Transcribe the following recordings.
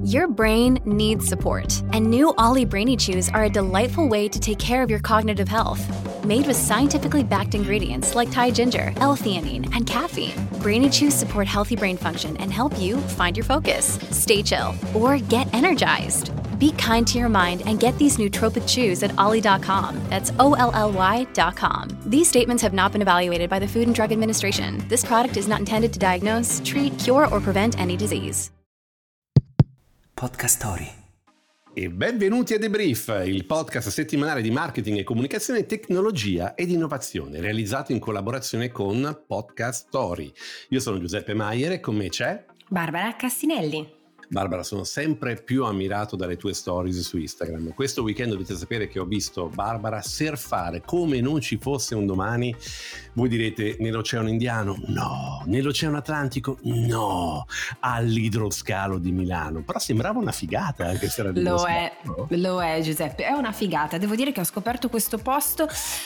Your brain needs support, and new Ollie Brainy Chews are a delightful way to take care of your cognitive health. Made with scientifically backed ingredients like Thai ginger, L-theanine, and caffeine, Brainy Chews support healthy brain function and help you find your focus, stay chill, or get energized. Be kind to your mind and get these nootropic chews at ollie.com. That's OLLY.com. These statements have not been evaluated by the Food and Drug Administration. This product is not intended to diagnose, treat, cure, or prevent any disease. Podcast Story. E benvenuti a Debrief, il podcast settimanale di marketing e comunicazione, tecnologia ed innovazione, realizzato in collaborazione con Podcast Story. Io sono Giuseppe Maier e con me c'è Barbara Cassinelli. Barbara, sono sempre più ammirato dalle tue stories su Instagram. Questo weekend dovete sapere che ho visto Barbara surfare come non ci fosse un domani. Voi direte, nell'Oceano Indiano? No. Nell'Oceano Atlantico? No. All'idroscalo di Milano. Però sembrava una figata anche se era l'idroscalo. Lo è Giuseppe, è una figata. Devo dire che ho scoperto questo posto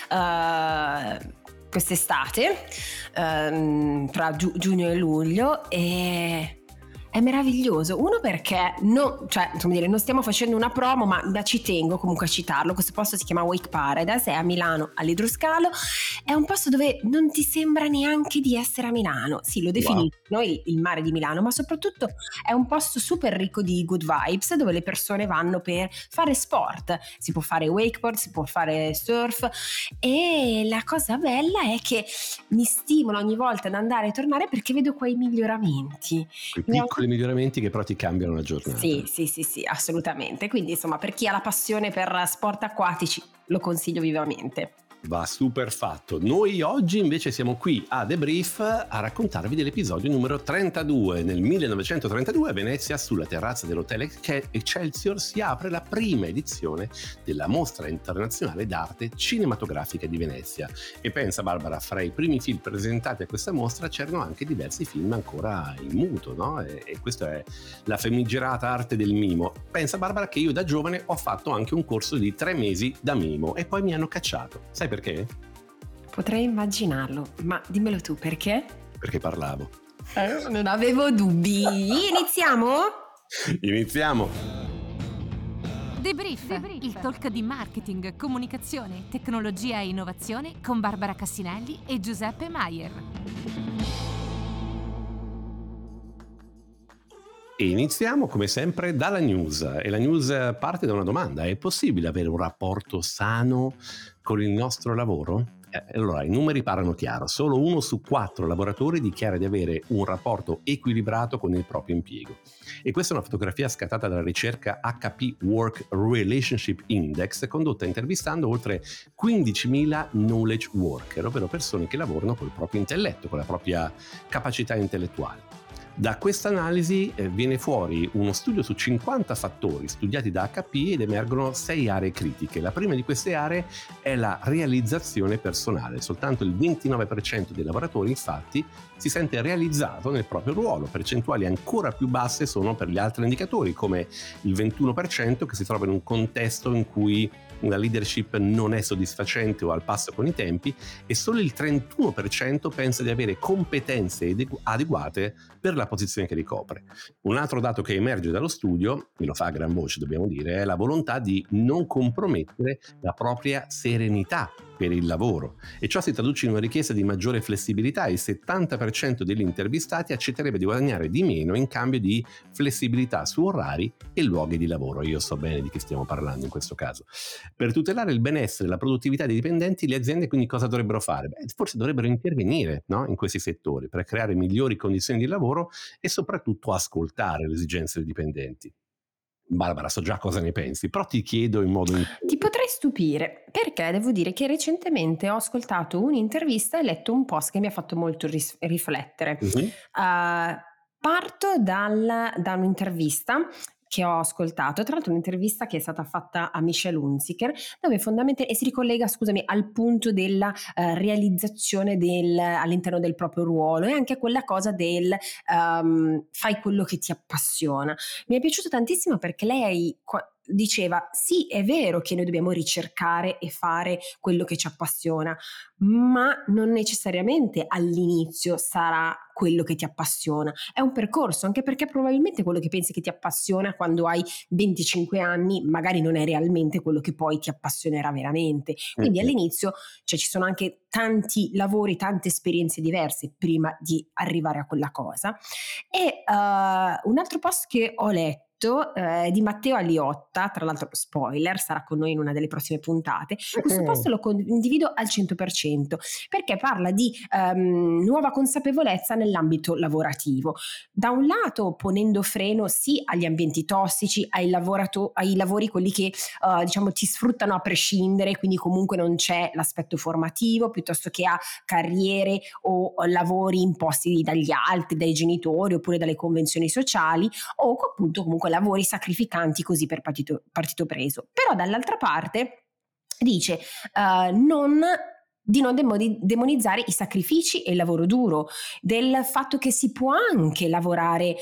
quest'estate, tra giugno e luglio, e è meraviglioso. Uno perché non stiamo facendo una promo, ma ci tengo comunque a citarlo. Questo posto si chiama Wake Paradise, è a Milano all'idroscalo. È un posto dove non ti sembra neanche di essere a Milano. Sì, lo definisco noi il mare di Milano, ma soprattutto è un posto super ricco di good vibes, dove le persone vanno per fare sport. Si può fare wakeboard, si può fare surf, e la cosa bella è che mi stimola ogni volta ad andare e tornare perché vedo quei miglioramenti. Piccoli miglioramenti che però ti cambiano la giornata. Sì, assolutamente. Quindi insomma, per chi ha la passione per sport acquatici lo consiglio vivamente. Va super fatto. Noi oggi invece siamo qui a Debrief a raccontarvi dell'episodio numero 32. Nel 1932 a Venezia, sulla terrazza dell'hotel Excelsior, si apre la prima edizione della Mostra Internazionale d'Arte Cinematografica di Venezia. E pensa Barbara, fra i primi film presentati a questa mostra c'erano anche diversi film ancora in muto, no? E questa è la famigerata arte del mimo. Pensa Barbara che io da giovane ho fatto anche un corso di 3 mesi da mimo e poi mi hanno cacciato. Sai perché? Potrei immaginarlo, ma dimmelo tu, perché? Perché parlavo. Non avevo dubbi. Iniziamo? Iniziamo. Debrief, il talk di marketing, comunicazione, tecnologia e innovazione con Barbara Cassinelli e Giuseppe Maier. E iniziamo come sempre dalla news, e la news parte da una domanda: è possibile avere un rapporto sano con il nostro lavoro? Allora, i numeri parlano chiaro: solo 1 su 4 lavoratori dichiara di avere un rapporto equilibrato con il proprio impiego. E questa è una fotografia scattata dalla ricerca HP Work Relationship Index, condotta intervistando oltre 15.000 knowledge worker, ovvero persone che lavorano col proprio intelletto, con la propria capacità intellettuale. Da questa analisi viene fuori uno studio su 50 fattori studiati da HP ed emergono 6 aree critiche. La prima di queste aree è la realizzazione personale. Soltanto il 29% dei lavoratori, infatti, si sente realizzato nel proprio ruolo. Percentuali ancora più basse sono per gli altri indicatori, come il 21% che si trova in un contesto in cui la leadership non è soddisfacente o al passo con i tempi, e solo il 31% pensa di avere competenze adeguate per la posizione che ricopre. Un altro dato che emerge dallo studio, e lo fa a gran voce dobbiamo dire, è la volontà di non compromettere la propria serenità per il lavoro, e ciò si traduce in una richiesta di maggiore flessibilità. Il 70% degli intervistati accetterebbe di guadagnare di meno in cambio di flessibilità su orari e luoghi di lavoro. Io so bene di che stiamo parlando in questo caso. Per tutelare il benessere e la produttività dei dipendenti, le aziende quindi cosa dovrebbero fare? Forse dovrebbero intervenire, no? In questi settori per creare migliori condizioni di lavoro e soprattutto ascoltare le esigenze dei dipendenti. Barbara, so già cosa ne pensi, però ti chiedo in modo... Ti potrei stupire, perché devo dire che recentemente ho ascoltato un'intervista e letto un post che mi ha fatto molto riflettere. Parto da un'intervista che ho ascoltato, tra l'altro un'intervista che è stata fatta a Michelle Hunziker, dove fondamentalmente, e si ricollega, al punto della realizzazione all'interno del proprio ruolo, e anche a quella cosa del fai quello che ti appassiona. Mi è piaciuto tantissimo perché lei diceva sì, è vero che noi dobbiamo ricercare e fare quello che ci appassiona, ma non necessariamente all'inizio sarà quello che ti appassiona, è un percorso, anche perché probabilmente quello che pensi che ti appassiona quando hai 25 anni magari non è realmente quello che poi ti appassionerà veramente, quindi all'inizio cioè, ci sono anche tanti lavori, tante esperienze diverse prima di arrivare a quella cosa. E un altro post che ho letto di Matteo Aliotta, tra l'altro spoiler, sarà con noi in una delle prossime puntate. Questo post lo condivido al 100% perché parla di nuova consapevolezza nell'ambito lavorativo. Da un lato ponendo freno sì agli ambienti tossici, ai lavori quelli che diciamo ti sfruttano a prescindere, quindi comunque non c'è l'aspetto formativo, piuttosto che a carriere o lavori imposti dagli altri, dai genitori oppure dalle convenzioni sociali, o appunto comunque lavori sacrificanti così per partito preso. Però dall'altra parte dice di non demonizzare i sacrifici e il lavoro duro, del fatto che si può anche lavorare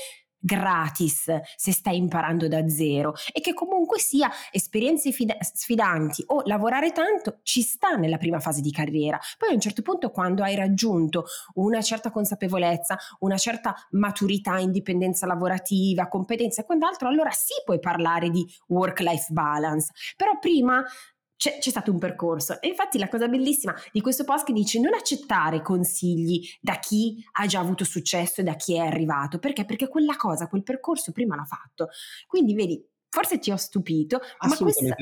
gratis se stai imparando da zero e che comunque sia esperienze sfidanti o lavorare tanto ci sta nella prima fase di carriera. Poi a un certo punto, quando hai raggiunto una certa consapevolezza, una certa maturità, indipendenza lavorativa, competenza e quant'altro, allora sì puoi parlare di work-life balance, però prima c'è stato un percorso. E infatti la cosa bellissima di questo post che dice: non accettare consigli da chi ha già avuto successo e da chi è arrivato, perché quel percorso prima l'ha fatto. Quindi vedi, forse ti ho stupito, ma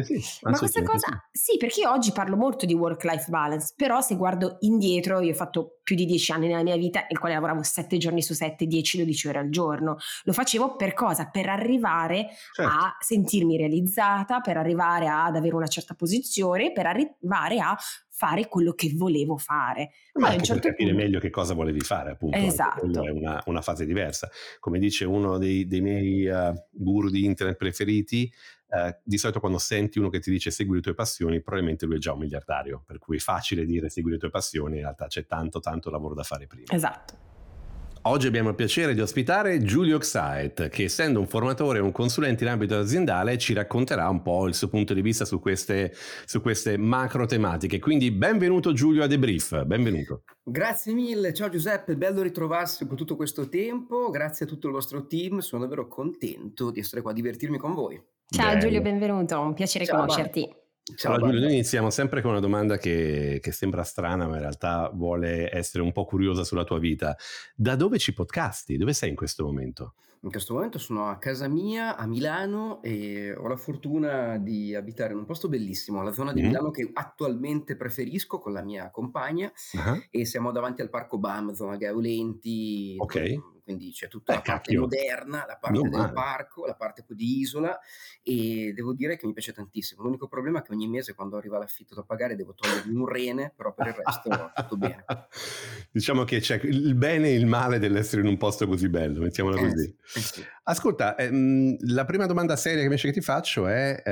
questa cosa sì, perché io oggi parlo molto di work-life balance, però se guardo indietro, io ho fatto più di 10 anni nella mia vita nel quale lavoravo 7 giorni su 7, 10-12 ore al giorno. Lo facevo per cosa? Per arrivare a sentirmi realizzata, per arrivare ad avere una certa posizione, per arrivare a fare quello che volevo fare. Ma anche per capire meglio che cosa volevi fare, appunto. Esatto. È una fase diversa. Come dice uno dei miei guru di internet preferiti, di solito quando senti uno che ti dice segui le tue passioni, probabilmente lui è già un miliardario, per cui è facile dire segui le tue passioni, in realtà c'è tanto lavoro da fare prima. Esatto. Oggi abbiamo il piacere di ospitare Giulio Xait, che essendo un formatore e un consulente in ambito aziendale ci racconterà un po' il suo punto di vista su queste macro tematiche. Quindi benvenuto Giulio a Debrief, benvenuto. Grazie mille, ciao Giuseppe, bello ritrovarsi dopo tutto questo tempo, grazie a tutto il vostro team, sono davvero contento di essere qua a divertirmi con voi. Ciao Giulio, benvenuto, un piacere conoscerti. Ciao, allora Giulio, noi iniziamo sempre con una domanda che sembra strana ma in realtà vuole essere un po' curiosa sulla tua vita. Da dove ci podcasti? Dove sei in questo momento? In questo momento sono a casa mia a Milano e ho la fortuna di abitare in un posto bellissimo, la zona di Milano che attualmente preferisco con la mia compagna, e siamo davanti al parco BAM, zona Gaeulenti, quindi c'è tutta la parte moderna, la parte del parco, la parte di isola, e devo dire che mi piace tantissimo. L'unico problema è che ogni mese quando arriva l'affitto da pagare devo togliermi un rene, però per il resto tutto bene. Diciamo che c'è il bene e il male dell'essere in un posto così bello, mettiamola così. Sì. Ascolta, la prima domanda seria che ti faccio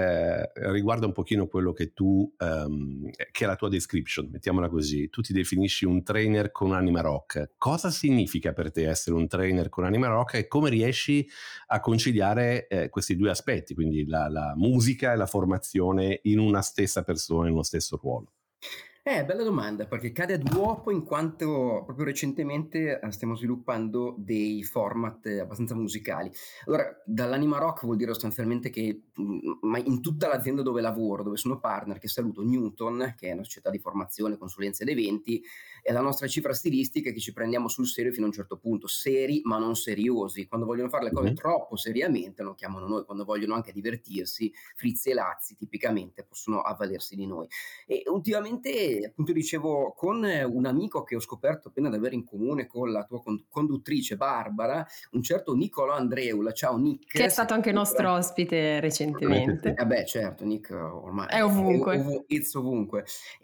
è riguarda un pochino quello che tu che è la tua description, mettiamola così. Tu ti definisci un trainer con anima rock. Cosa significa per te essere un trainer con anima rock e come riesci a conciliare questi due aspetti, quindi la musica e la formazione in una stessa persona, in uno stesso ruolo? Bella domanda, perché cade ad uopo in quanto proprio recentemente stiamo sviluppando dei format abbastanza musicali. Allora, dall'anima rock vuol dire sostanzialmente che ma in tutta l'azienda dove lavoro, dove sono partner, che saluto, Newton, che è una società di formazione, consulenza ed eventi, è la nostra cifra stilistica che ci prendiamo sul serio fino a un certo punto, seri ma non seriosi. Quando vogliono fare le cose troppo seriamente lo chiamano noi, quando vogliono anche divertirsi, Frizzi e Lazzi tipicamente possono avvalersi di noi. E ultimamente, appunto dicevo, con un amico che ho scoperto appena di avere in comune con la tua conduttrice Barbara, un certo Nicolò Andreula, ciao Nick. Che è stato anche nostro ospite recentemente. Certo, Nick ormai è ovunque. Ovunque.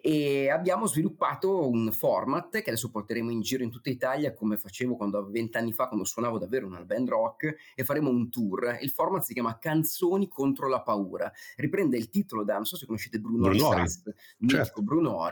E abbiamo sviluppato un format che adesso porteremo in giro in tutta Italia, come facevo 20 anni fa, quando suonavo davvero una band rock, e faremo un tour. Il format si chiama Canzoni contro la paura. Riprende il titolo da, non so se conoscete Brunori Sass, mitico Brunori,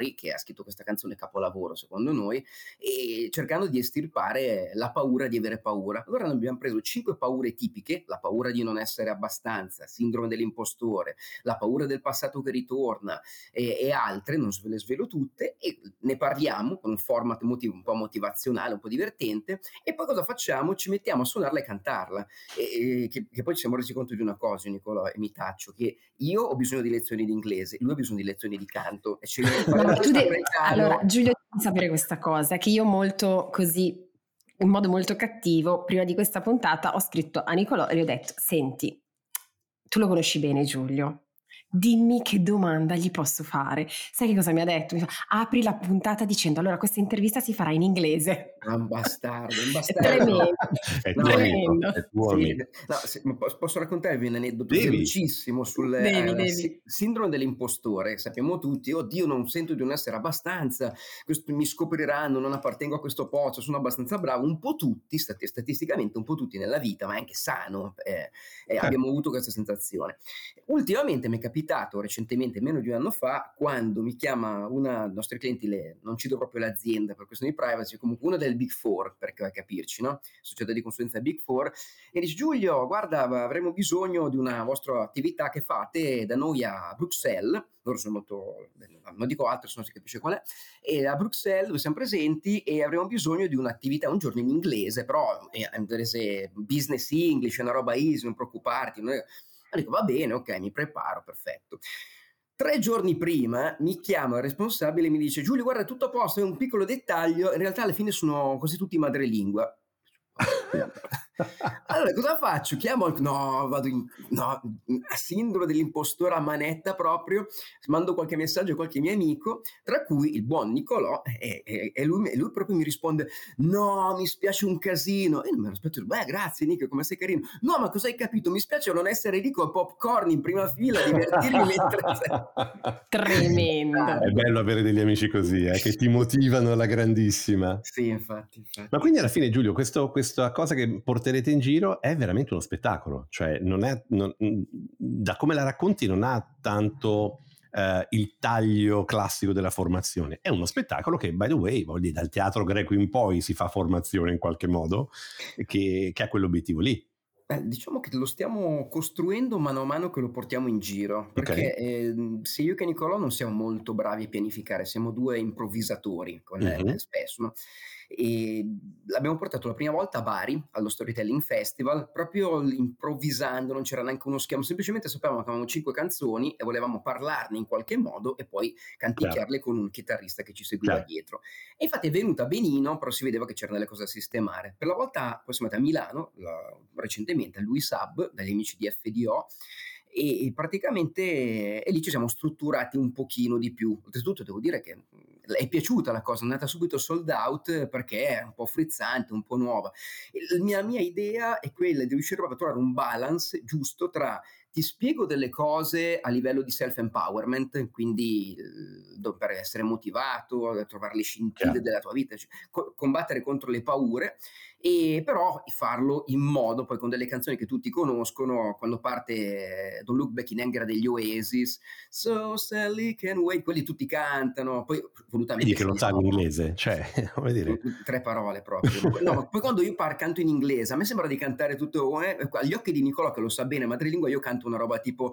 Mori, che ha scritto questa canzone capolavoro secondo noi, e cercando di estirpare la paura di avere paura. Allora noi abbiamo preso 5 paure tipiche: la paura di non essere abbastanza, sindrome dell'impostore, la paura del passato che ritorna e altre, non ve le svelo tutte, e ne parliamo con un format un po' motivazionale, un po' divertente, e poi cosa facciamo? Ci mettiamo a suonarla e cantarla, che poi ci siamo resi conto di una cosa, Nicolò, e mi taccio, che io ho bisogno di lezioni di inglese, lui ha bisogno di lezioni di canto, e allora Giulio, devi sapere questa cosa, che io molto così, in modo molto cattivo, prima di questa puntata ho scritto a Nicolò e gli ho detto: senti, tu lo conosci bene Giulio, dimmi che domanda gli posso fare. Sai che cosa mi ha detto? Mi fa: apri la puntata dicendo allora questa intervista si farà in inglese. Un bastardo. È tremendo. È tuo amico. Posso raccontarvi un aneddoto Devi. velocissimo sul Devi. sindrome dell'impostore. Sappiamo tutti: oddio, non sento di non essere abbastanza, mi scopriranno, non appartengo a questo posto, sono abbastanza bravo. Un po' tutti, statisticamente un po' tutti nella vita, ma è anche sano, abbiamo avuto questa sensazione. Ultimamente mi è capitato, recentemente, meno di un anno fa, quando mi chiama una dei nostri clienti, non cito proprio l'azienda per questioni di privacy, comunque una del Big Four, per capirci, no? Società di consulenza Big Four, e dice: Giulio, guarda, avremo bisogno di una vostra attività che fate da noi a Bruxelles. Loro sono molto, non dico altro se non si capisce qual è, e a Bruxelles dove siamo presenti, e avremo bisogno di un'attività un giorno in inglese, però business English, è una roba easy, non preoccuparti. Dico: va bene, ok, mi preparo, perfetto. 3 giorni prima mi chiama il responsabile e mi dice: Giulio, guarda, tutto a posto, è un piccolo dettaglio, in realtà alla fine sono quasi tutti madrelingua. Allora cosa faccio? A sindrome dell'impostore a manetta proprio, mando qualche messaggio a qualche mio amico, tra cui il buon Nicolò, e lui proprio mi risponde: no, mi spiace un casino. E mi aspetto: beh, grazie Nico, come sei carino. No, ma cosa hai capito? Mi spiace non essere lì con popcorn in prima fila a divertirmi mentre Tremendo. È bello avere degli amici così, che ti motivano alla grandissima. Sì, infatti. Ma quindi alla fine, Giulio, questa cosa che porterete in giro è veramente uno spettacolo, cioè da come la racconti non ha tanto il taglio classico della formazione, è uno spettacolo che, by the way, voglio dire, dal teatro greco in poi si fa formazione in qualche modo, che ha quell'obiettivo lì. Diciamo che lo stiamo costruendo mano a mano che lo portiamo in giro, perché se io che Nicolò non siamo molto bravi a pianificare, siamo 2 improvvisatori spesso, no? E l'abbiamo portato la prima volta a Bari allo Storytelling Festival, proprio improvvisando, non c'era neanche uno schema, semplicemente sapevamo che avevamo 5 canzoni e volevamo parlarne in qualche modo e poi canticchiarle con un chitarrista che ci seguiva dietro. E infatti è venuta benino, però si vedeva che c'erano delle cose da sistemare. Per la volta poi siamo andati a Milano recentemente al Louis Hub dagli amici di FDO, e praticamente lì ci siamo strutturati un pochino di più. Oltretutto devo dire che è piaciuta la cosa, è andata subito sold out perché è un po' frizzante, un po' nuova. La mia idea è quella di riuscire proprio a trovare un balance giusto tra: ti spiego delle cose a livello di self-empowerment, quindi per essere motivato, trovare le scintille della tua vita, combattere contro le paure, e però farlo in modo, poi con delle canzoni che tutti conoscono, quando parte Don't Look Back in Anger degli Oasis, So Sally Can Wait, quelli tutti cantano, poi volutamente... Vedi che lo sa in inglese, cioè, come dire... 3 parole proprio. No, ma poi quando io canto in inglese, a me sembra di cantare tutto... agli occhi di Nicolò, che lo sa bene, madrelingua, io canto una roba tipo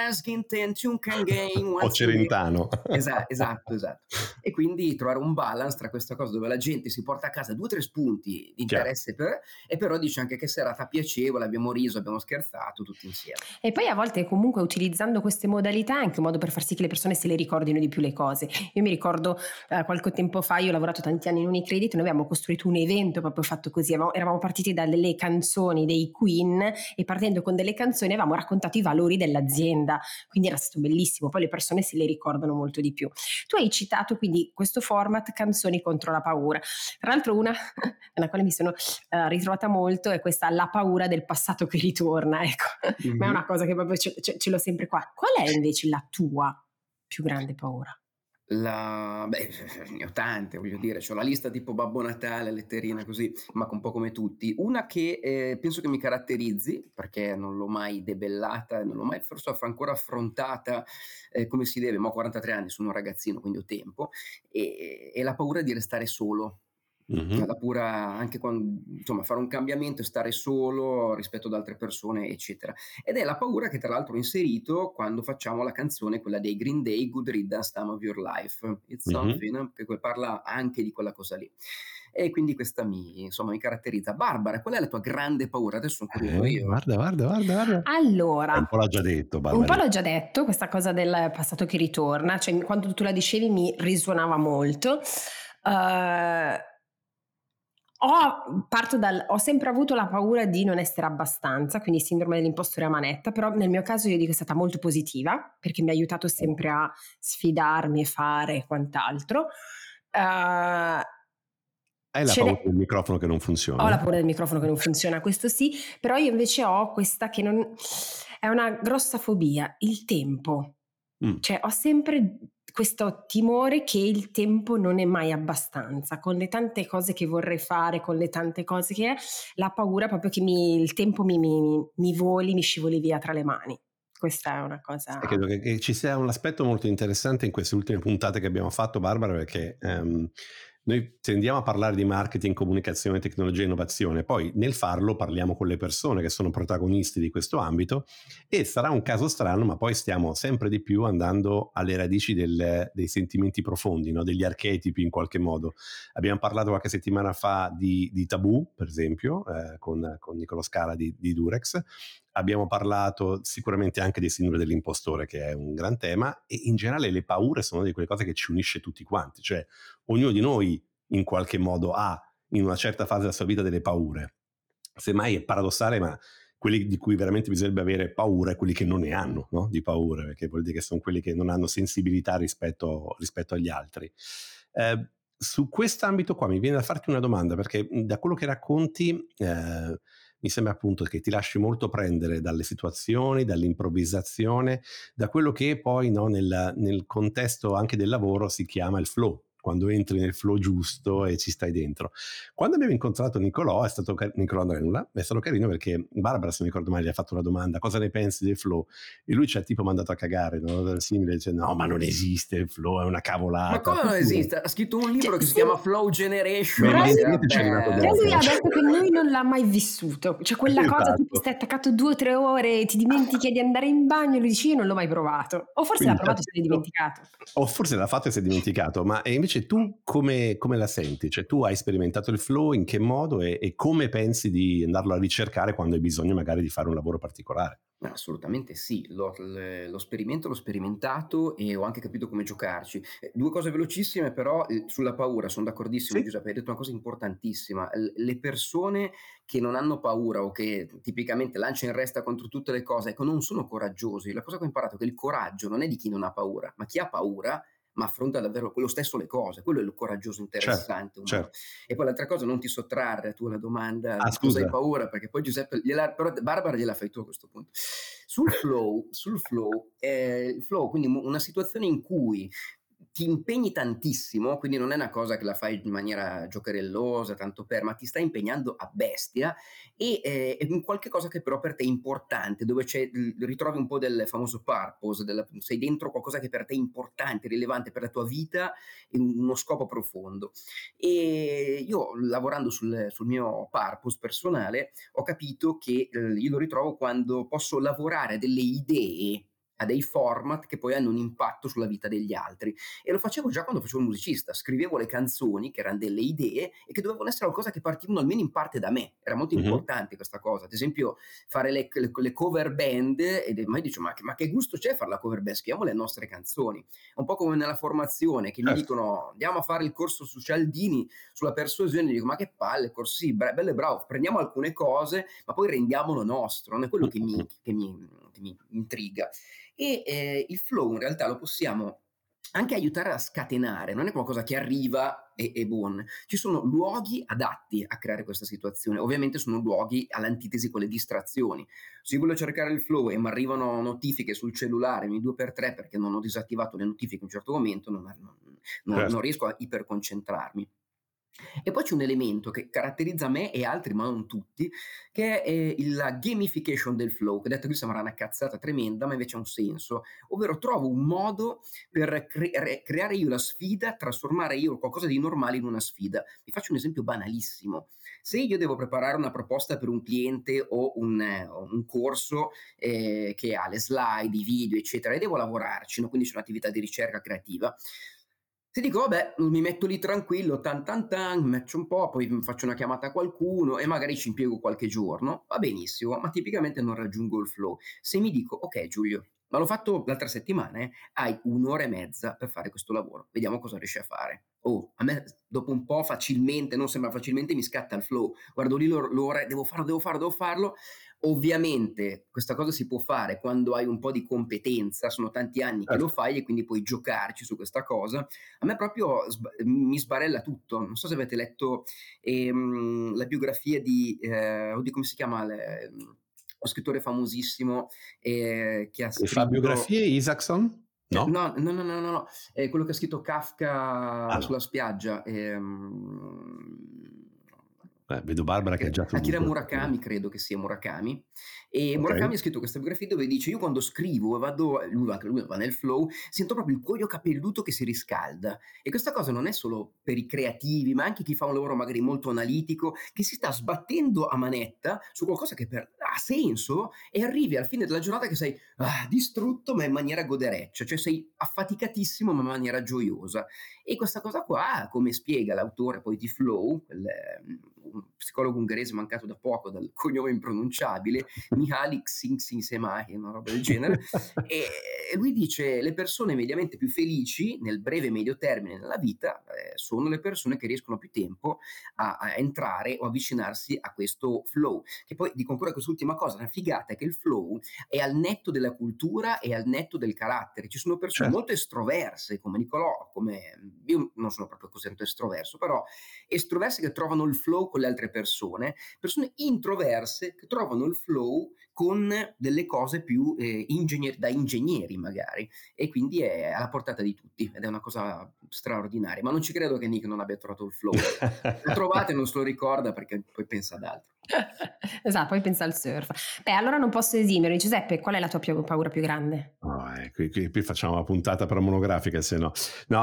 o Celentano. Esatto. E quindi trovare un balance tra questa cosa dove la gente si porta a casa 2 o 3 spunti di interesse e però dice anche che serata piacevole, abbiamo riso, abbiamo scherzato tutti insieme. E poi a volte comunque utilizzando queste modalità è anche un modo per far sì che le persone se le ricordino di più le cose. Io mi ricordo qualche tempo fa, io ho lavorato tanti anni in Unicredit, noi avevamo costruito un evento proprio fatto così, eravamo partiti dalle canzoni dei Queen e partendo con delle canzoni avevamo raccontato i valori dell'azienda, quindi era stato bellissimo, poi le persone se le ricordano molto di più. Tu hai citato quindi questo format Canzoni contro la paura, tra l'altro una nella quale mi sono ritrovata molto è questa: la paura del passato che ritorna, ecco. Ma è una cosa che proprio ce l'ho sempre qua. Qual è invece la tua più grande paura? Ne ho tante, voglio dire, c'ho la lista tipo Babbo Natale, letterina così, ma un po' come tutti. Una che, penso che mi caratterizzi, perché non l'ho mai debellata, non l'ho mai forse ancora affrontata, come si deve, ma ho 43 anni, sono un ragazzino, quindi ho tempo, è la paura di restare solo. Mhm. La pura anche insomma, fare un cambiamento e stare solo rispetto ad altre persone, eccetera. Ed è la paura che tra l'altro ho inserito quando facciamo la canzone, quella dei Green Day, Good Riddance, Time of Your Life. It's Mhm. something, che parla anche di quella cosa lì. E quindi questa insomma, mi caratterizza. Barbara, qual è la tua grande paura? Adesso sono curioso io. Guarda, guarda, guarda, guarda. Un Allora, po' l'ha già detto, un po' Barbara. l'ho già detto, questa cosa del passato che ritorna, cioè quando tu la dicevi mi risuonava molto. Ho sempre avuto la paura di non essere abbastanza, quindi sindrome dell'impostore a manetta, però nel mio caso io dico è stata molto positiva perché mi ha aiutato sempre a sfidarmi e fare e quant'altro. Eh, Hai la ce paura n'è- del microfono che non Ho la funziona? paura del microfono che non funziona, questo sì, però io invece ho questa che non è una grossa fobia, il tempo. Mm. Cioè, ho sempre questo timore che il tempo non è mai abbastanza, con le tante cose che vorrei fare, con le tante cose che è, la paura proprio che il tempo mi voli, mi scivoli via tra le mani. Questa è una cosa. Credo che ci sia un aspetto molto interessante in queste ultime puntate che abbiamo fatto, Barbara, perché noi tendiamo a parlare di marketing, comunicazione, tecnologia e innovazione, poi nel farlo parliamo con le persone che sono protagonisti di questo ambito e sarà un caso strano, ma poi stiamo sempre di più andando alle radici dei sentimenti profondi, no? Degli archetipi in qualche modo. Abbiamo parlato qualche settimana fa di Tabù, per esempio, con Nicolò Scala di Durex. Abbiamo parlato sicuramente anche di sindrome dell'impostore, che è un gran tema, e in generale le paure sono una di quelle cose che ci unisce tutti quanti, cioè ognuno di noi in qualche modo ha in una certa fase della sua vita delle paure. Semmai è paradossale, ma quelli di cui veramente bisognerebbe avere paura è quelli che non ne hanno, no? Di paure, perché vuol dire che sono quelli che non hanno sensibilità rispetto agli altri. Su quest'ambito qua mi viene da farti una domanda, perché da quello che racconti mi sembra appunto che ti lasci molto prendere dalle situazioni, dall'improvvisazione, da quello che poi, no, nel contesto anche del lavoro si chiama il flow, quando entri nel flow giusto e ci stai dentro. Quando abbiamo incontrato Nicolò, Nicolò Andrenula, è stato carino perché Barbara, se non ricordo male, gli ha fatto una domanda: cosa ne pensi del flow? E lui ci ha tipo mandato a cagare, no? Simile, dice no, ma non esiste il flow, è una Ma cavolata. come non esiste? Ha scritto un libro Cioè, che si sì, chiama Flow Beh, Generation. evidentemente ci è arrivato che dopo. lui ha detto che lui non l'ha mai vissuto, cioè quella cosa tipo Esatto. stai attaccato 2 o 3 ore e ti dimentichi di andare in bagno e lui dice io non l'ho mai provato, o forse l'ha Quindi ci ha provato e se l'è scritto, dimenticato. o forse l'ha fatto e si è dimenticato, ma invece tu come la senti? Cioè tu hai sperimentato il flow, in che modo e come pensi di andarlo a ricercare quando hai bisogno magari di fare un lavoro particolare? Assolutamente sì, lo sperimento, l'ho sperimentato e ho anche capito come giocarci. 2 cose velocissime però, sulla paura son d'accordissimo Sì. Giuseppe, hai detto una cosa importantissima. Le persone che non hanno paura o che tipicamente lancia in resta contro tutte le cose, ecco, non sono coraggiosi. La cosa che ho imparato è che il coraggio non è di chi non ha paura, ma chi ha paura, ma affronta davvero quello stesso le cose. Quello è il coraggioso Certo, interessante umano. certo. E poi l'altra cosa, non ti sottrarre tu alla domanda Ah, di cosa hai scusa. paura, perché poi Giuseppe però Barbara gliela fai tu a questo punto. Il flow, quindi una situazione in cui ti impegni tantissimo, quindi non è una cosa che la fai in maniera giocherellosa, tanto per, ma ti stai impegnando a bestia e è un qualche cosa che però per te è importante, dove ritrovi un po' del famoso purpose, sei dentro qualcosa che per te è importante, rilevante per la tua vita, uno scopo profondo. E io lavorando sul mio purpose personale ho capito che io lo ritrovo quando posso lavorare a delle idee, a dei format che poi hanno un impatto sulla vita degli altri. E lo facevo già quando facevo il musicista, scrivevo le canzoni che erano delle idee e che dovevano essere qualcosa che partivano almeno in parte da me. Era molto Mhm. importante questa cosa. Ad esempio fare le cover band, ma io dico ma che gusto c'è fare la cover band? Scriviamo le nostre canzoni. È un po' come nella formazione che mi Certo. dicono andiamo a fare il corso su Cialdini sulla persuasione, dico ma che palle, corsi, bello e bravo, prendiamo alcune cose ma poi rendiamolo nostro, non è quello che mi intriga. E il flow in realtà lo possiamo anche aiutare a scatenare, non è qualcosa che arriva e buon. Ci sono luoghi adatti a creare questa situazione, ovviamente sono luoghi all'antitesi con le distrazioni. Se io voglio cercare il flow e mi arrivano notifiche sul cellulare ogni 2x3 perché non ho disattivato le notifiche in un certo momento, non riesco a iperconcentrarmi. E poi c'è un elemento che caratterizza me e altri, ma non tutti, che è la gamification del flow, che detto qui sembra una cazzata tremenda, ma invece ha un senso, ovvero trovo un modo per creare io la sfida, trasformare io qualcosa di normale in una sfida. Vi faccio un esempio banalissimo. Se io devo preparare una proposta per un cliente o un corso che ha le slide, i video, eccetera, e devo lavorarci, no? Quindi c'è un'attività di ricerca creativa. Se dico, vabbè, mi metto lì tranquillo, mi metto un po', poi faccio una chiamata a qualcuno e magari ci impiego qualche giorno, va benissimo, ma tipicamente non raggiungo il flow. Se mi dico, ok Giulio, ma l'ho fatto l'altra settimana, hai 1 ora e mezza per fare questo lavoro, vediamo cosa riesci a fare. Oh, a me dopo un po' facilmente, non sembra facilmente, mi scatta il flow, guardo lì l'ora, devo farlo. Ovviamente questa cosa si può fare quando hai un po' di competenza, sono tanti anni che lo fai e quindi puoi giocarci su questa cosa. A me proprio mi sbarella tutto. Non so se avete letto la biografia di oddio, come si chiama lo scrittore famosissimo che ha Le scritto fa biografie Isaacson? No? No. Quello che ha scritto Kafka sulla spiaggia. Vedo Barbara che è già sul Akira Google. Murakami, credo che sia Murakami. E Ok. Murakami ha scritto questa biografia dove dice: io quando scrivo e lui va nel flow, sento proprio il cuoio capelluto che si riscalda. E questa cosa non è solo per i creativi, ma anche chi fa un lavoro magari molto analitico, che si sta sbattendo a manetta su qualcosa che ha senso, e arrivi al fine della giornata che sei distrutto ma in maniera godereccia, cioè sei affaticatissimo ma in maniera gioiosa. E questa cosa qua, come spiega l'autore poi di Flow, un psicologo ungherese mancato da poco dal cognome impronunciabile, Mihaly Csikszentmihalyi, una roba del genere, e lui dice: le persone mediamente più felici nel breve e medio termine nella vita sono le persone che riescono più tempo a entrare o avvicinarsi a questo flow. Che poi dico ancora quest'ultima cosa, una figata è che il flow è al netto della cultura e al netto del carattere. Ci sono persone molto estroverse come Nicolò, come io non sono proprio così tanto estroverso, però estroverse che trovano il flow con le altre persone introverse che trovano il flow con delle cose più da ingegneri magari, e quindi è alla portata di tutti ed è una cosa straordinaria, ma non ci credo che Nick non abbia trovato il flow. Lo trovate e non se lo ricorda perché poi pensa ad altro. Esatto, poi pensa al surf. Beh, allora non posso esimermi. Giuseppe, qual è la tua paura più grande? Qui facciamo una puntata però monografica, se no.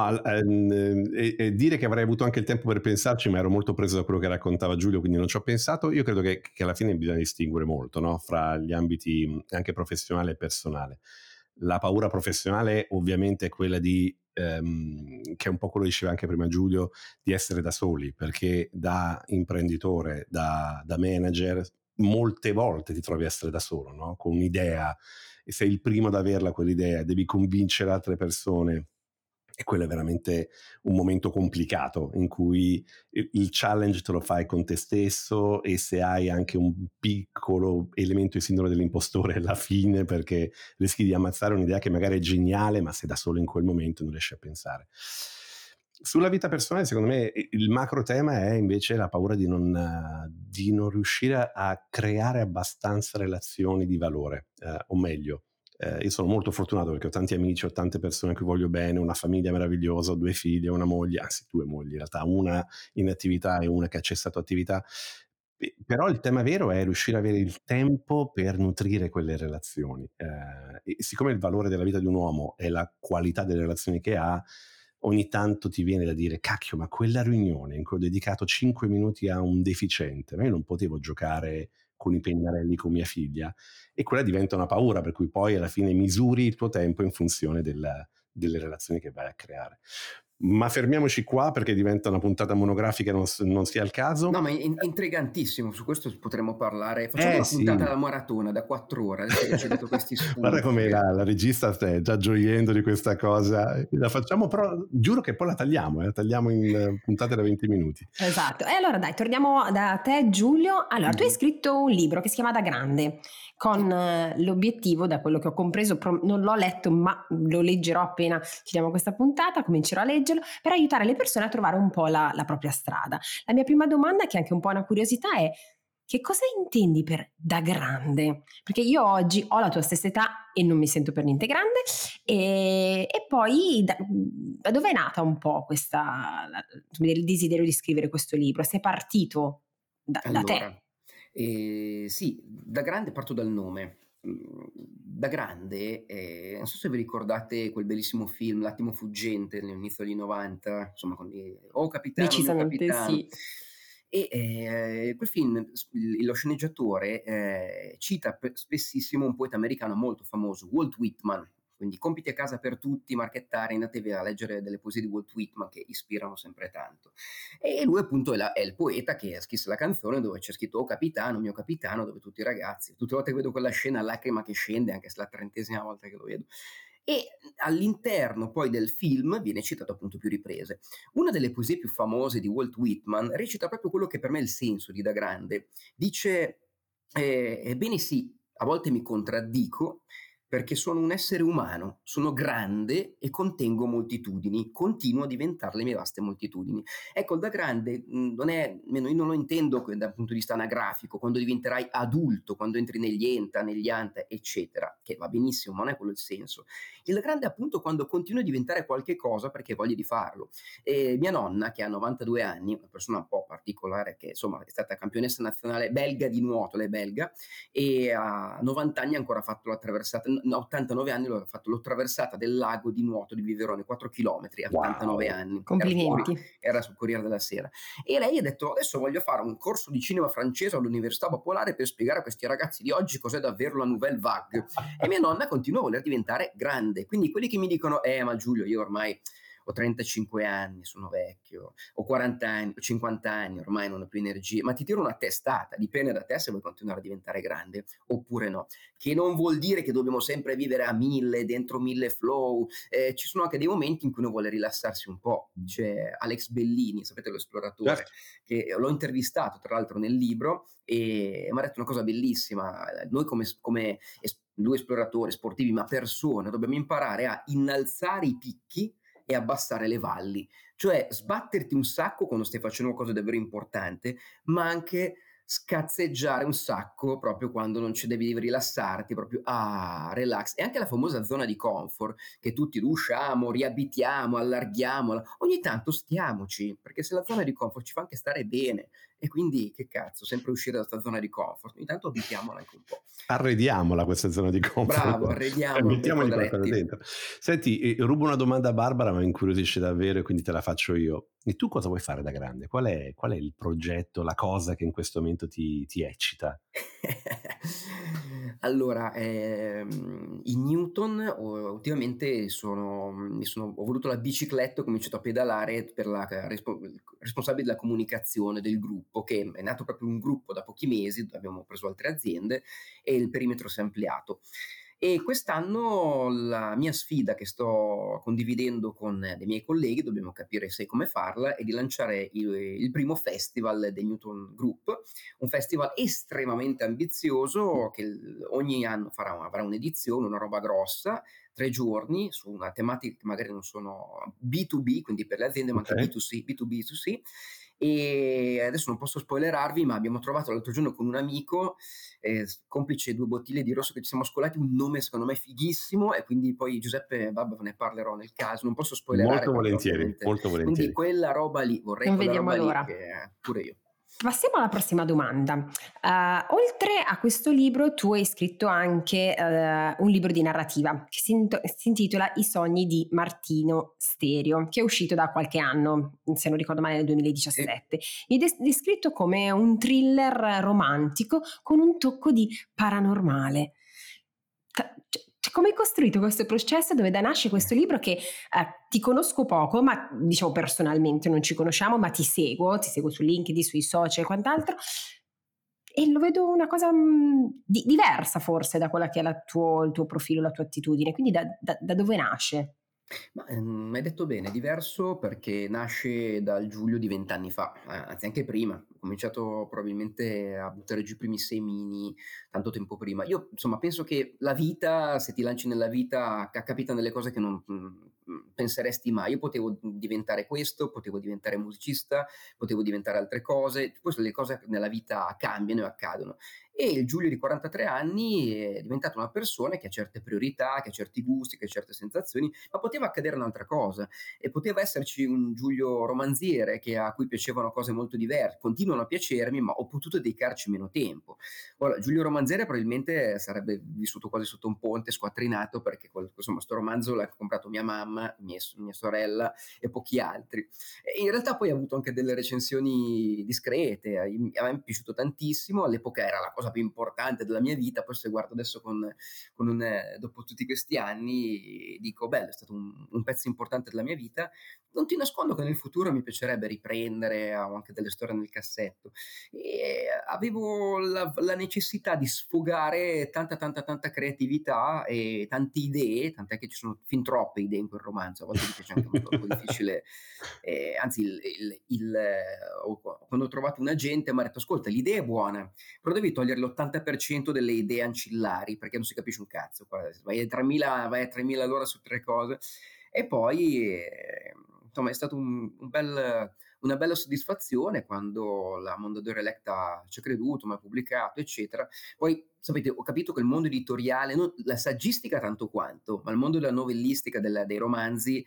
Dire che avrei avuto anche il tempo per pensarci, ma ero molto preso da quello che raccontava Giulio, quindi non ci ho pensato. Io credo che alla fine bisogna distinguere molto, no? Fra gli ambiti anche professionale e personale. La paura professionale ovviamente è quella che è un po' quello che diceva anche prima Giulio, di essere da soli, perché da imprenditore, da manager, molte volte ti trovi a essere da solo, no? Con un'idea, e sei il primo ad averla quell'idea, devi convincere altre persone, e quello è veramente un momento complicato in cui il challenge te lo fai con te stesso, e se hai anche un piccolo elemento di sindrome dell'impostore alla fine, perché rischi di ammazzare un'idea che magari è geniale, ma sei da solo in quel momento e non riesci a pensare. Sulla vita personale, secondo me, il macro tema è invece la paura di non riuscire a creare abbastanza relazioni di valore, o meglio, io sono molto fortunato perché ho tanti amici, ho tante persone a cui voglio bene, una famiglia meravigliosa, ho 2 figlie, una moglie, anzi 2 mogli in realtà, una in attività e una che ha cessato attività. Però il tema vero è riuscire ad avere il tempo per nutrire quelle relazioni. E siccome il valore della vita di un uomo è la qualità delle relazioni che ha, ogni tanto ti viene da dire: cacchio, ma quella riunione in cui ho dedicato 5 minuti a un deficiente, ma io non potevo giocare con i pennarelli con mia figlia, e quella diventa una paura, per cui poi alla fine misuri il tuo tempo in funzione delle relazioni che vai a creare. Ma fermiamoci qua perché diventa una puntata monografica, non sia il caso. No, ma è intrigantissimo, su questo potremmo parlare. Facciamo una puntata da maratona da 4 ore, adesso che ci hai detto questi spunti. Guarda come la regista sta già gioiendo di questa cosa. La facciamo, però giuro che poi la tagliamo in puntate da 20 minuti. Esatto. E allora dai, torniamo da te Giulio. Allora, tu hai scritto un libro che si chiama Da Grande. con l'obiettivo, da quello che ho compreso, non l'ho letto ma lo leggerò appena finiamo questa puntata, comincerò a leggerlo, per aiutare le persone a trovare un po' la propria strada. La mia prima domanda, che è anche un po' una curiosità, è: che cosa intendi per da grande? Perché io oggi ho la tua stessa età e non mi sento per niente grande, e poi da dove è nata un po' il desiderio di scrivere questo libro? Sei partito da te? Sì, da grande parto dal nome. Da grande, non so se vi ricordate quel bellissimo film L'attimo fuggente all'inizio degli 90, insomma, con "Oh capitano, mio Decisamente capitano". sì. Quel film, lo sceneggiatore cita spessissimo un poeta americano molto famoso, Walt Whitman. Quindi compiti a casa per tutti, marchettari, andatevi a leggere delle poesie di Walt Whitman che ispirano sempre tanto. E lui appunto è il poeta che scrisse la canzone dove c'è scritto "Oh capitano, mio capitano", dove tutti i ragazzi, tutte le volte che vedo quella scena, lacrima che scende, anche se è la 30ª volta che lo vedo. E all'interno poi del film viene citato appunto più riprese. Una delle poesie più famose di Walt Whitman recita proprio quello che per me è il senso di Da grande. Dice: ebbene sì, a volte mi contraddico, perché sono un essere umano, sono grande e contengo moltitudini, continuo a diventare le mie vaste moltitudini. Ecco, il Da grande almeno io non lo intendo dal punto di vista anagrafico, quando diventerai adulto, quando entri negli enta, negli anta, eccetera, che va benissimo, ma non è quello il senso. Il Da grande è appunto quando continui a diventare qualche cosa perché hai voglia di farlo. Mia nonna, che ha 92 anni, una persona un po' particolare, che insomma è stata campionessa nazionale belga di nuoto, lei è belga, e a 90 anni ha ancora fatto la traversata, 89 anni l'ho fatto, l'ho traversata del lago di nuoto di Viverone, 4 chilometri a 89 anni. Complimenti. Era sul Corriere della Sera. E lei ha detto: adesso voglio fare un corso di cinema francese all'Università Popolare per spiegare a questi ragazzi di oggi cos'è davvero la nouvelle vague. E mia nonna continua a voler diventare grande. Quindi quelli che mi dicono: ma Giulio, io ormai ho 35 anni, sono vecchio, ho 40 anni, ho 50 anni, ormai non ho più energie, ma ti tiro una testata, dipende da te se vuoi continuare a diventare grande oppure no. Che non vuol dire che dobbiamo sempre vivere a 1000, dentro 1000 flow, ci sono anche dei momenti in cui uno vuole rilassarsi un po'. C'è Alex Bellini, sapete, lo esploratore, Certo. che l'ho intervistato tra l'altro nel libro e mi ha detto una cosa bellissima: noi come due esploratori sportivi, ma persone, dobbiamo imparare a innalzare i picchi e abbassare le valli, cioè sbatterti un sacco quando stai facendo qualcosa di davvero importante, ma anche scazzeggiare un sacco proprio quando non ci devi rilassarti, proprio relax. E anche la famosa zona di comfort che tutti usciamo, riabitiamo, allarghiamola, ogni tanto stiamoci, perché se la zona di comfort ci fa anche stare bene, e quindi che cazzo, sempre uscire da questa zona di comfort, ogni tanto abitiamola anche un po'. Arrediamola questa zona di comfort. Bravo, arrediamola, mettiamogli qualcosa dentro. Senti, rubo una domanda a Barbara, ma mi incuriosisce davvero e quindi te la faccio io. E tu cosa vuoi fare da grande? Qual è il progetto, la cosa che in questo momento ti eccita? Allora, in Newton ultimamente ho voluto la bicicletta, ho cominciato a pedalare per la responsabile della comunicazione del gruppo, che è nato proprio un gruppo da pochi mesi, abbiamo preso altre aziende e il perimetro si è ampliato. E quest'anno la mia sfida che sto condividendo con dei miei colleghi, dobbiamo capire se e come farla, è di lanciare il primo festival del Newton Group, un festival estremamente ambizioso che ogni anno avrà un'edizione, una roba grossa, 3 giorni su una tematica che magari non sono B2B, quindi per le aziende, ma anche B2C, B2B2C. E adesso non posso spoilerarvi, ma abbiamo trovato l'altro giorno con un amico, complice 2 bottiglie di rosso, che ci siamo scolati un nome secondo me fighissimo, e quindi poi Giuseppe, vabbè, ne parlerò nel caso, non posso spoilerare Molto perché volentieri, ovviamente, molto volentieri. quindi quella roba lì, vorrei Non quella vediamo roba l'ora. lì, che pure io. Passiamo alla prossima domanda. Oltre a questo libro, tu hai scritto anche un libro di narrativa che si intitola I sogni di Martino Stereo, che è uscito da qualche anno, se non ricordo male nel 2017. È descritto come un thriller romantico con un tocco di paranormale. Come hai costruito questo processo dove da nasce questo libro che ti conosco poco, ma diciamo personalmente non ci conosciamo, ma ti seguo su LinkedIn, sui social e quant'altro, e lo vedo una cosa diversa forse da quella che è il tuo profilo, la tua attitudine, quindi da dove nasce? Ma, hai detto bene, è diverso perché nasce dal Giulio di 20 anni fa, anzi anche prima. Ho cominciato probabilmente a buttare giù i primi semini tanto tempo prima. Io insomma penso che la vita, se ti lanci nella vita, capitano delle cose che non, penseresti mai. Io potevo diventare questo, potevo diventare musicista, potevo diventare altre cose, poi le cose nella vita cambiano e accadono. E il Giulio di 43 anni è diventato una persona che ha certe priorità, che ha certi gusti, che ha certe sensazioni, ma poteva accadere un'altra cosa e poteva esserci un Giulio romanziere a cui piacevano cose molto diverse, continuano a piacermi, ma ho potuto dedicarci meno tempo. Ora, Giulio Romanziere probabilmente sarebbe vissuto quasi sotto un ponte, squattrinato, perché insomma, sto romanzo l'ha comprato mia mamma, mia sorella e pochi altri. E in realtà poi ha avuto anche delle recensioni discrete, a me è piaciuto tantissimo, all'epoca era la cosa più importante della mia vita, poi se guardo adesso dopo tutti questi anni dico, bello, è stato un pezzo importante della mia vita. Non ti nascondo che nel futuro mi piacerebbe riprendere, ho anche delle storie nel cassetto, e avevo la necessità di sfogare tanta creatività e tante idee, tant'è che ci sono fin troppe idee in quel romanzo, a volte mi piace anche un po' difficile, anzi quando ho trovato un agente mi ha detto ascolta, l'idea è buona, però devi togliere l'80% delle idee ancillari perché non si capisce un cazzo, vai a 3000 all'ora su 3 cose. E poi insomma è stato una bella soddisfazione quando la Mondadori Electa ci ha creduto, mi ha pubblicato, eccetera. Poi sapete, ho capito che il mondo editoriale, non la saggistica tanto quanto, ma il mondo della novellistica, dei romanzi,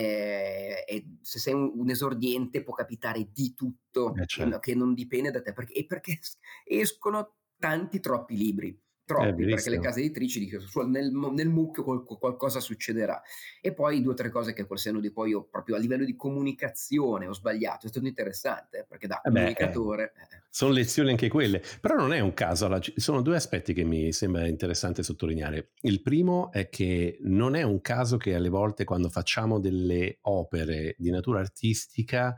se sei un esordiente può capitare di tutto, Certo. che non dipende da te, perché escono tanti, troppi libri. È Troppi, perché le verissimo. case editrici dicono nel mucchio qualcosa succederà. E poi 2 o 3 cose che col senno di poi io proprio a livello di comunicazione ho sbagliato. È stato interessante, perché da comunicatore sono lezioni anche quelle, però non è un caso. Allora, ci sono due aspetti che mi sembra interessante sottolineare. Il primo è che non è un caso che alle volte quando facciamo delle opere di natura artistica,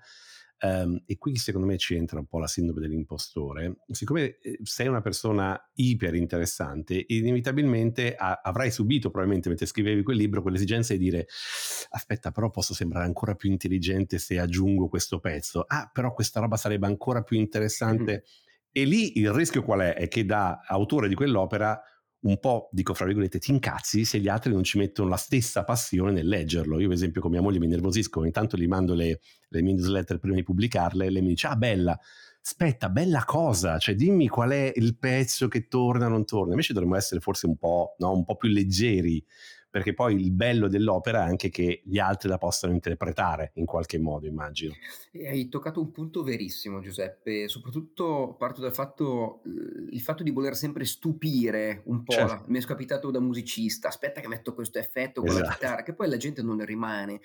e qui secondo me ci entra un po' la sindrome dell'impostore, siccome sei una persona iper interessante, inevitabilmente avrai subito probabilmente mentre scrivevi quel libro quell'esigenza di dire aspetta, però posso sembrare ancora più intelligente se aggiungo questo pezzo, però questa roba sarebbe ancora più interessante. E lì il rischio qual è? È che da autore di quell'opera un po', dico fra virgolette, ti incazzi se gli altri non ci mettono la stessa passione nel leggerlo. Io per esempio con mia moglie mi nervosisco, ogni tanto gli mando le newsletter prima di pubblicarle e lei mi dice bella, aspetta, bella cosa, cioè dimmi qual è il pezzo che torna o non torna. Invece dovremmo essere forse un po', no, un po' più leggeri, perché poi il bello dell'opera è anche che gli altri la possano interpretare in qualche modo, immagino. E hai toccato un punto verissimo, Giuseppe. Soprattutto parto dal fatto, il fatto di voler sempre stupire un po'. Certo. Mi è capitato da musicista, aspetta che metto questo effetto con la Esatto. chitarra, che poi la gente non ne rimane.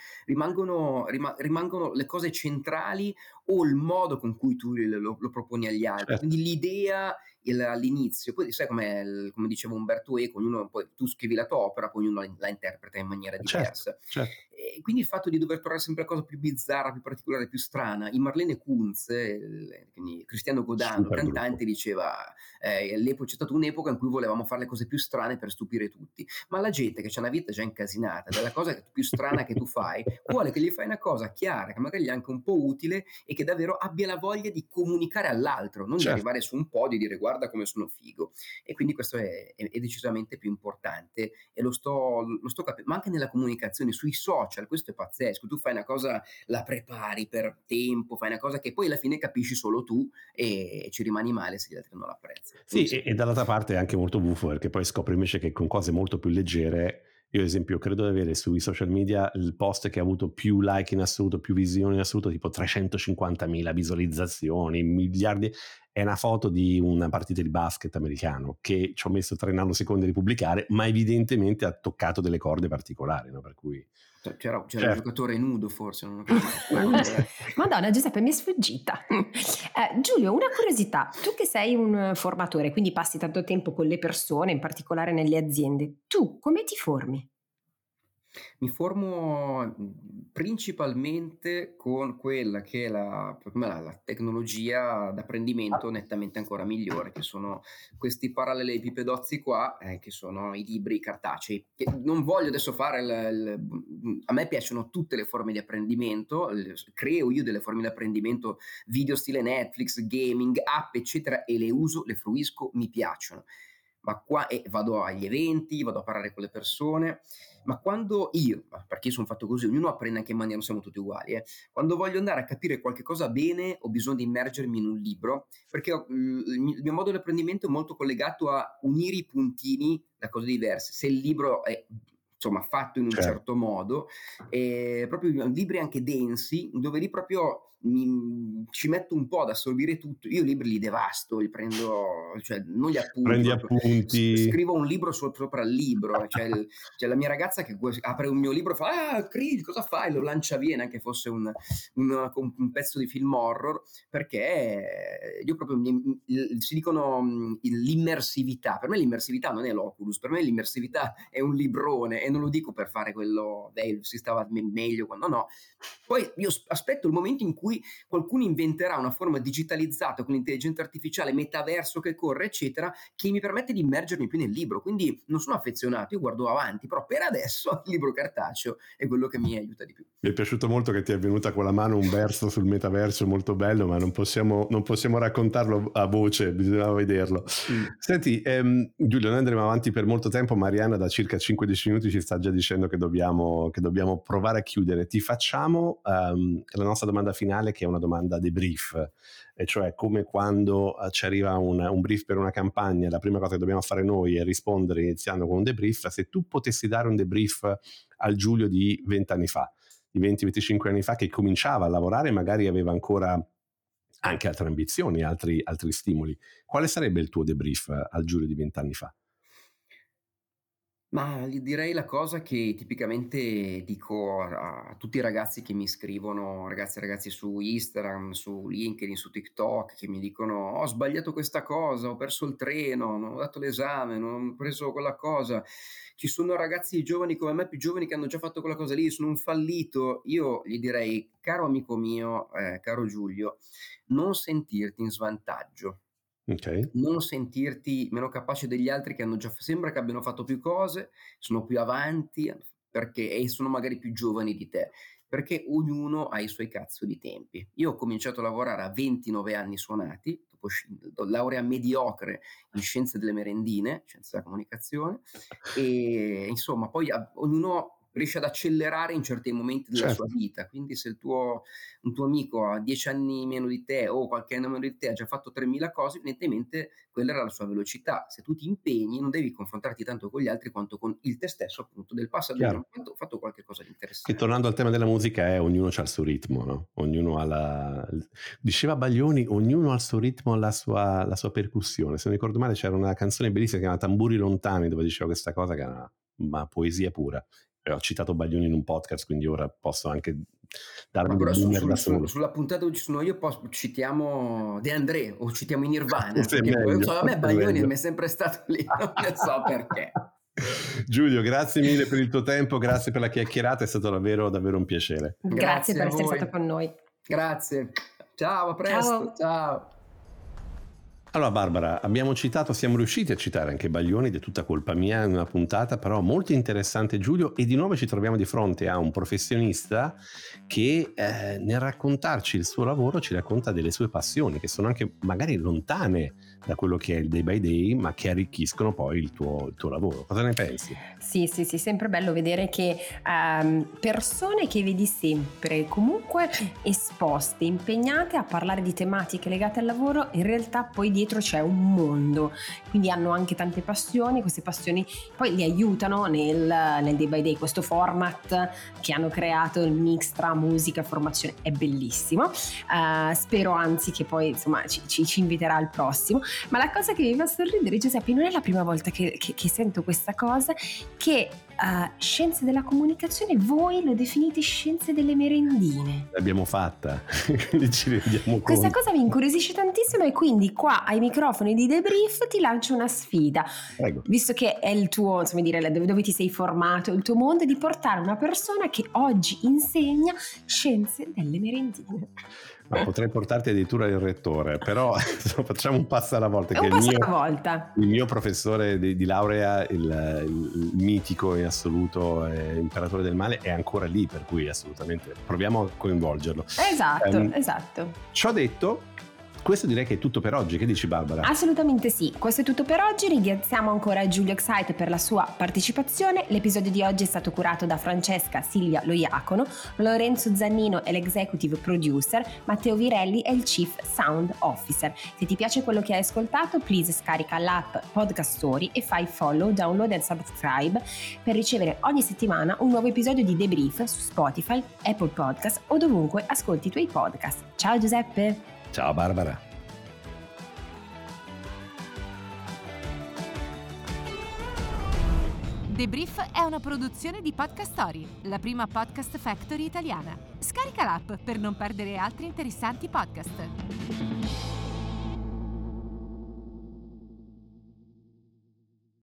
Rimangono le cose centrali o il modo con cui tu lo proponi agli altri. Certo. Quindi l'idea all'inizio, poi sai come diceva Umberto Eco, poi tu scrivi la tua opera, poi ognuno la interpreta in maniera diversa. Certo. E quindi il fatto di dover trovare sempre la cosa più bizzarra, più particolare, più strana. In Marlene Kunz, quindi Cristiano Godano, Super gruppo. cantante, diceva c'è stata un'epoca in cui volevamo fare le cose più strane per stupire tutti, ma la gente che ha una vita già incasinata, della cosa più strana che tu fai, vuole che gli fai una cosa chiara, che magari è anche un po' utile e che davvero abbia la voglia di comunicare all'altro, non di arrivare su un podio e dire guarda come sono figo. E quindi questo è decisamente più importante e lo sto capendo, ma anche nella comunicazione sui social, questo è pazzesco. Tu fai una cosa, la prepari per tempo, fai una cosa che poi alla fine capisci solo tu e ci rimani male se gli altri non l'apprezzano. Sì, e dall'altra parte è anche molto buffo perché poi scopri invece che con cose molto più leggere, io ad esempio credo di avere sui social media il post che ha avuto più like in assoluto, più visioni in assoluto, tipo 350.000 visualizzazioni, miliardi, è una foto di una partita di basket americano che ci ho messo 3 nanosecondi a ripubblicare, ma evidentemente ha toccato delle corde particolari, no? Per cui C'era un certo. giocatore nudo forse, non ho capito. Madonna Giuseppe, mi è sfuggita. Giulio, una curiosità, tu che sei un formatore, quindi passi tanto tempo con le persone, in particolare nelle aziende, tu come ti formi? Mi formo principalmente con quella che è la tecnologia d'apprendimento nettamente ancora migliore, che sono questi parallelepipedozzi qua, che sono i libri cartacei. Che non voglio adesso fare a me piacciono tutte le forme di apprendimento, creo io delle forme di apprendimento, video stile Netflix, gaming, app, eccetera, e le uso, le fruisco, mi piacciono. Ma qua vado agli eventi, vado a parlare con le persone, ma quando perché io sono fatto così, ognuno apprende anche in maniera, non siamo tutti uguali, quando voglio andare a capire qualche cosa bene ho bisogno di immergermi in un libro, perché il mio modo di apprendimento è molto collegato a unire i puntini da cose diverse. Se il libro è insomma fatto in un Certo. certo modo, proprio libri anche densi, dove lì proprio ci metto un po' ad assorbire tutto. Io i libri li devasto, li prendo, cioè non gli appunti, Prendi proprio appunti. scrivo un libro sopra il libro. C'è la mia ragazza che apre un mio libro e fa Creed, cosa fai? Lo lancia via, neanche fosse un pezzo di film horror, perché io proprio si dicono l'immersività. Per me l'immersività non è l'Oculus, per me l'immersività è un librone, e non lo dico per fare quello si stava meglio quando no. Poi io aspetto il momento in cui qualcuno inventerà una forma digitalizzata con l'intelligenza artificiale, metaverso che corre, eccetera, che mi permette di immergermi più nel libro. Quindi non sono affezionato, io guardo avanti, però per adesso il libro cartaceo è quello che mi aiuta di più. Mi è piaciuto molto che ti è venuta con la mano un verso sul metaverso molto bello, ma non possiamo raccontarlo a voce, bisognava vederlo. Senti, Giulio, noi andremo avanti per molto tempo. Mariana da circa 5-10 minuti ci sta già dicendo che dobbiamo provare a chiudere. Ti facciamo la nostra domanda finale, che è una domanda debrief, e cioè come quando ci arriva un brief per una campagna, la prima cosa che dobbiamo fare noi è rispondere iniziando con un debrief. Se tu potessi dare un debrief al Giulio di 20 anni fa, di 20-25 anni fa, che cominciava a lavorare, magari aveva ancora anche altre ambizioni, altri stimoli, quale sarebbe il tuo debrief al Giulio di 20 anni fa? Ma gli direi la cosa che tipicamente dico a tutti i ragazzi che mi scrivono, ragazzi e ragazzi su Instagram, su LinkedIn, su TikTok, che mi dicono ho sbagliato questa cosa, ho perso il treno, non ho dato l'esame, non ho preso quella cosa. Ci sono ragazzi giovani come me, più giovani, che hanno già fatto quella cosa lì, sono un fallito. Io gli direi, caro amico mio, caro Giulio, non sentirti in svantaggio. Ok. Non sentirti meno capace degli altri che sembra che abbiano fatto più cose, sono più avanti e sono magari più giovani di te, perché ognuno ha i suoi cazzo di tempi. Io ho cominciato a lavorare a 29 anni suonati, dopo laurea mediocre in scienze delle merendine, scienze della comunicazione, e insomma poi ognuno riesce ad accelerare in certi momenti della sua vita. Quindi se un tuo amico ha 10 anni meno di te o qualche anno meno di te ha già fatto 3000 cose, evidentemente quella era la sua velocità. Se tu ti impegni non devi confrontarti tanto con gli altri quanto con il te stesso, appunto, del passaggio di ho fatto qualche cosa di interessante. Che, tornando al tema della musica, ognuno ha il suo ritmo, no? Ognuno ha diceva Baglioni, ognuno ha il suo ritmo, la sua percussione. Se non ricordo male c'era una canzone bellissima che si chiama Tamburi Lontani, dove diceva questa cosa che era una poesia pura. Ho citato Baglioni in un podcast, quindi ora posso anche darmi del boomer da solo. Sulla puntata dove ci sono io citiamo De André o citiamo i Nirvana, meglio, a me Baglioni mi è sempre stato lì, non ne so perché. Giulio, grazie mille per il tuo tempo, grazie per la chiacchierata, è stato davvero un piacere. Grazie per essere stato con noi. Grazie, ciao, a presto, ciao. Allora Barbara, siamo riusciti a citare anche Baglioni, ed è tutta colpa mia in una puntata, però molto interessante Giulio, e di nuovo ci troviamo di fronte a un professionista che nel raccontarci il suo lavoro ci racconta delle sue passioni, che sono anche magari lontane da quello che è il day by day, ma che arricchiscono poi il tuo lavoro. Cosa ne pensi? Sì, sempre bello vedere che persone che vedi sempre comunque esposte, impegnate a parlare di tematiche legate al lavoro, in realtà poi dietro c'è un mondo, quindi hanno anche tante passioni, queste passioni poi li aiutano nel day by day. Questo format che hanno creato, il mix tra musica e formazione, è bellissimo. Spero anzi che poi insomma ci inviterà al prossimo. Ma la cosa che mi fa sorridere, Giuseppe, non è la prima volta che sento questa cosa, che scienze della comunicazione voi lo definite scienze delle merendine. L'abbiamo fatta, quindi ci rendiamo conto. Questa cosa mi incuriosisce tantissimo e quindi qua ai microfoni di Debrief ti lancio una sfida. Prego. Visto che è il tuo, insomma, dire dove ti sei formato, il tuo mondo, di portare una persona che oggi insegna scienze delle merendine. Ma potrei portarti addirittura il rettore, però facciamo un passo alla volta. Un passo alla volta. Il mio professore di laurea, il mitico e assoluto imperatore del male, è ancora lì, per cui assolutamente proviamo a coinvolgerlo. Esatto. Ciò detto, questo direi che è tutto per oggi. Che dici, Barbara? Assolutamente sì, questo è tutto per oggi. Ringraziamo ancora Giulio Excite per la sua partecipazione. L'episodio di oggi è stato curato da Francesca Silvia Loiacono, Lorenzo Zannino è l'executive producer, Matteo Virelli è il chief sound officer. Se ti piace quello che hai ascoltato, please scarica l'app Podcast Story e fai follow, download e subscribe per ricevere ogni settimana un nuovo episodio di Debrief su Spotify, Apple Podcast o dovunque ascolti i tuoi podcast. Ciao Giuseppe! Ciao Barbara. Debrief è una produzione di Podcast Story, la prima podcast factory italiana. Scarica l'app per non perdere altri interessanti podcast.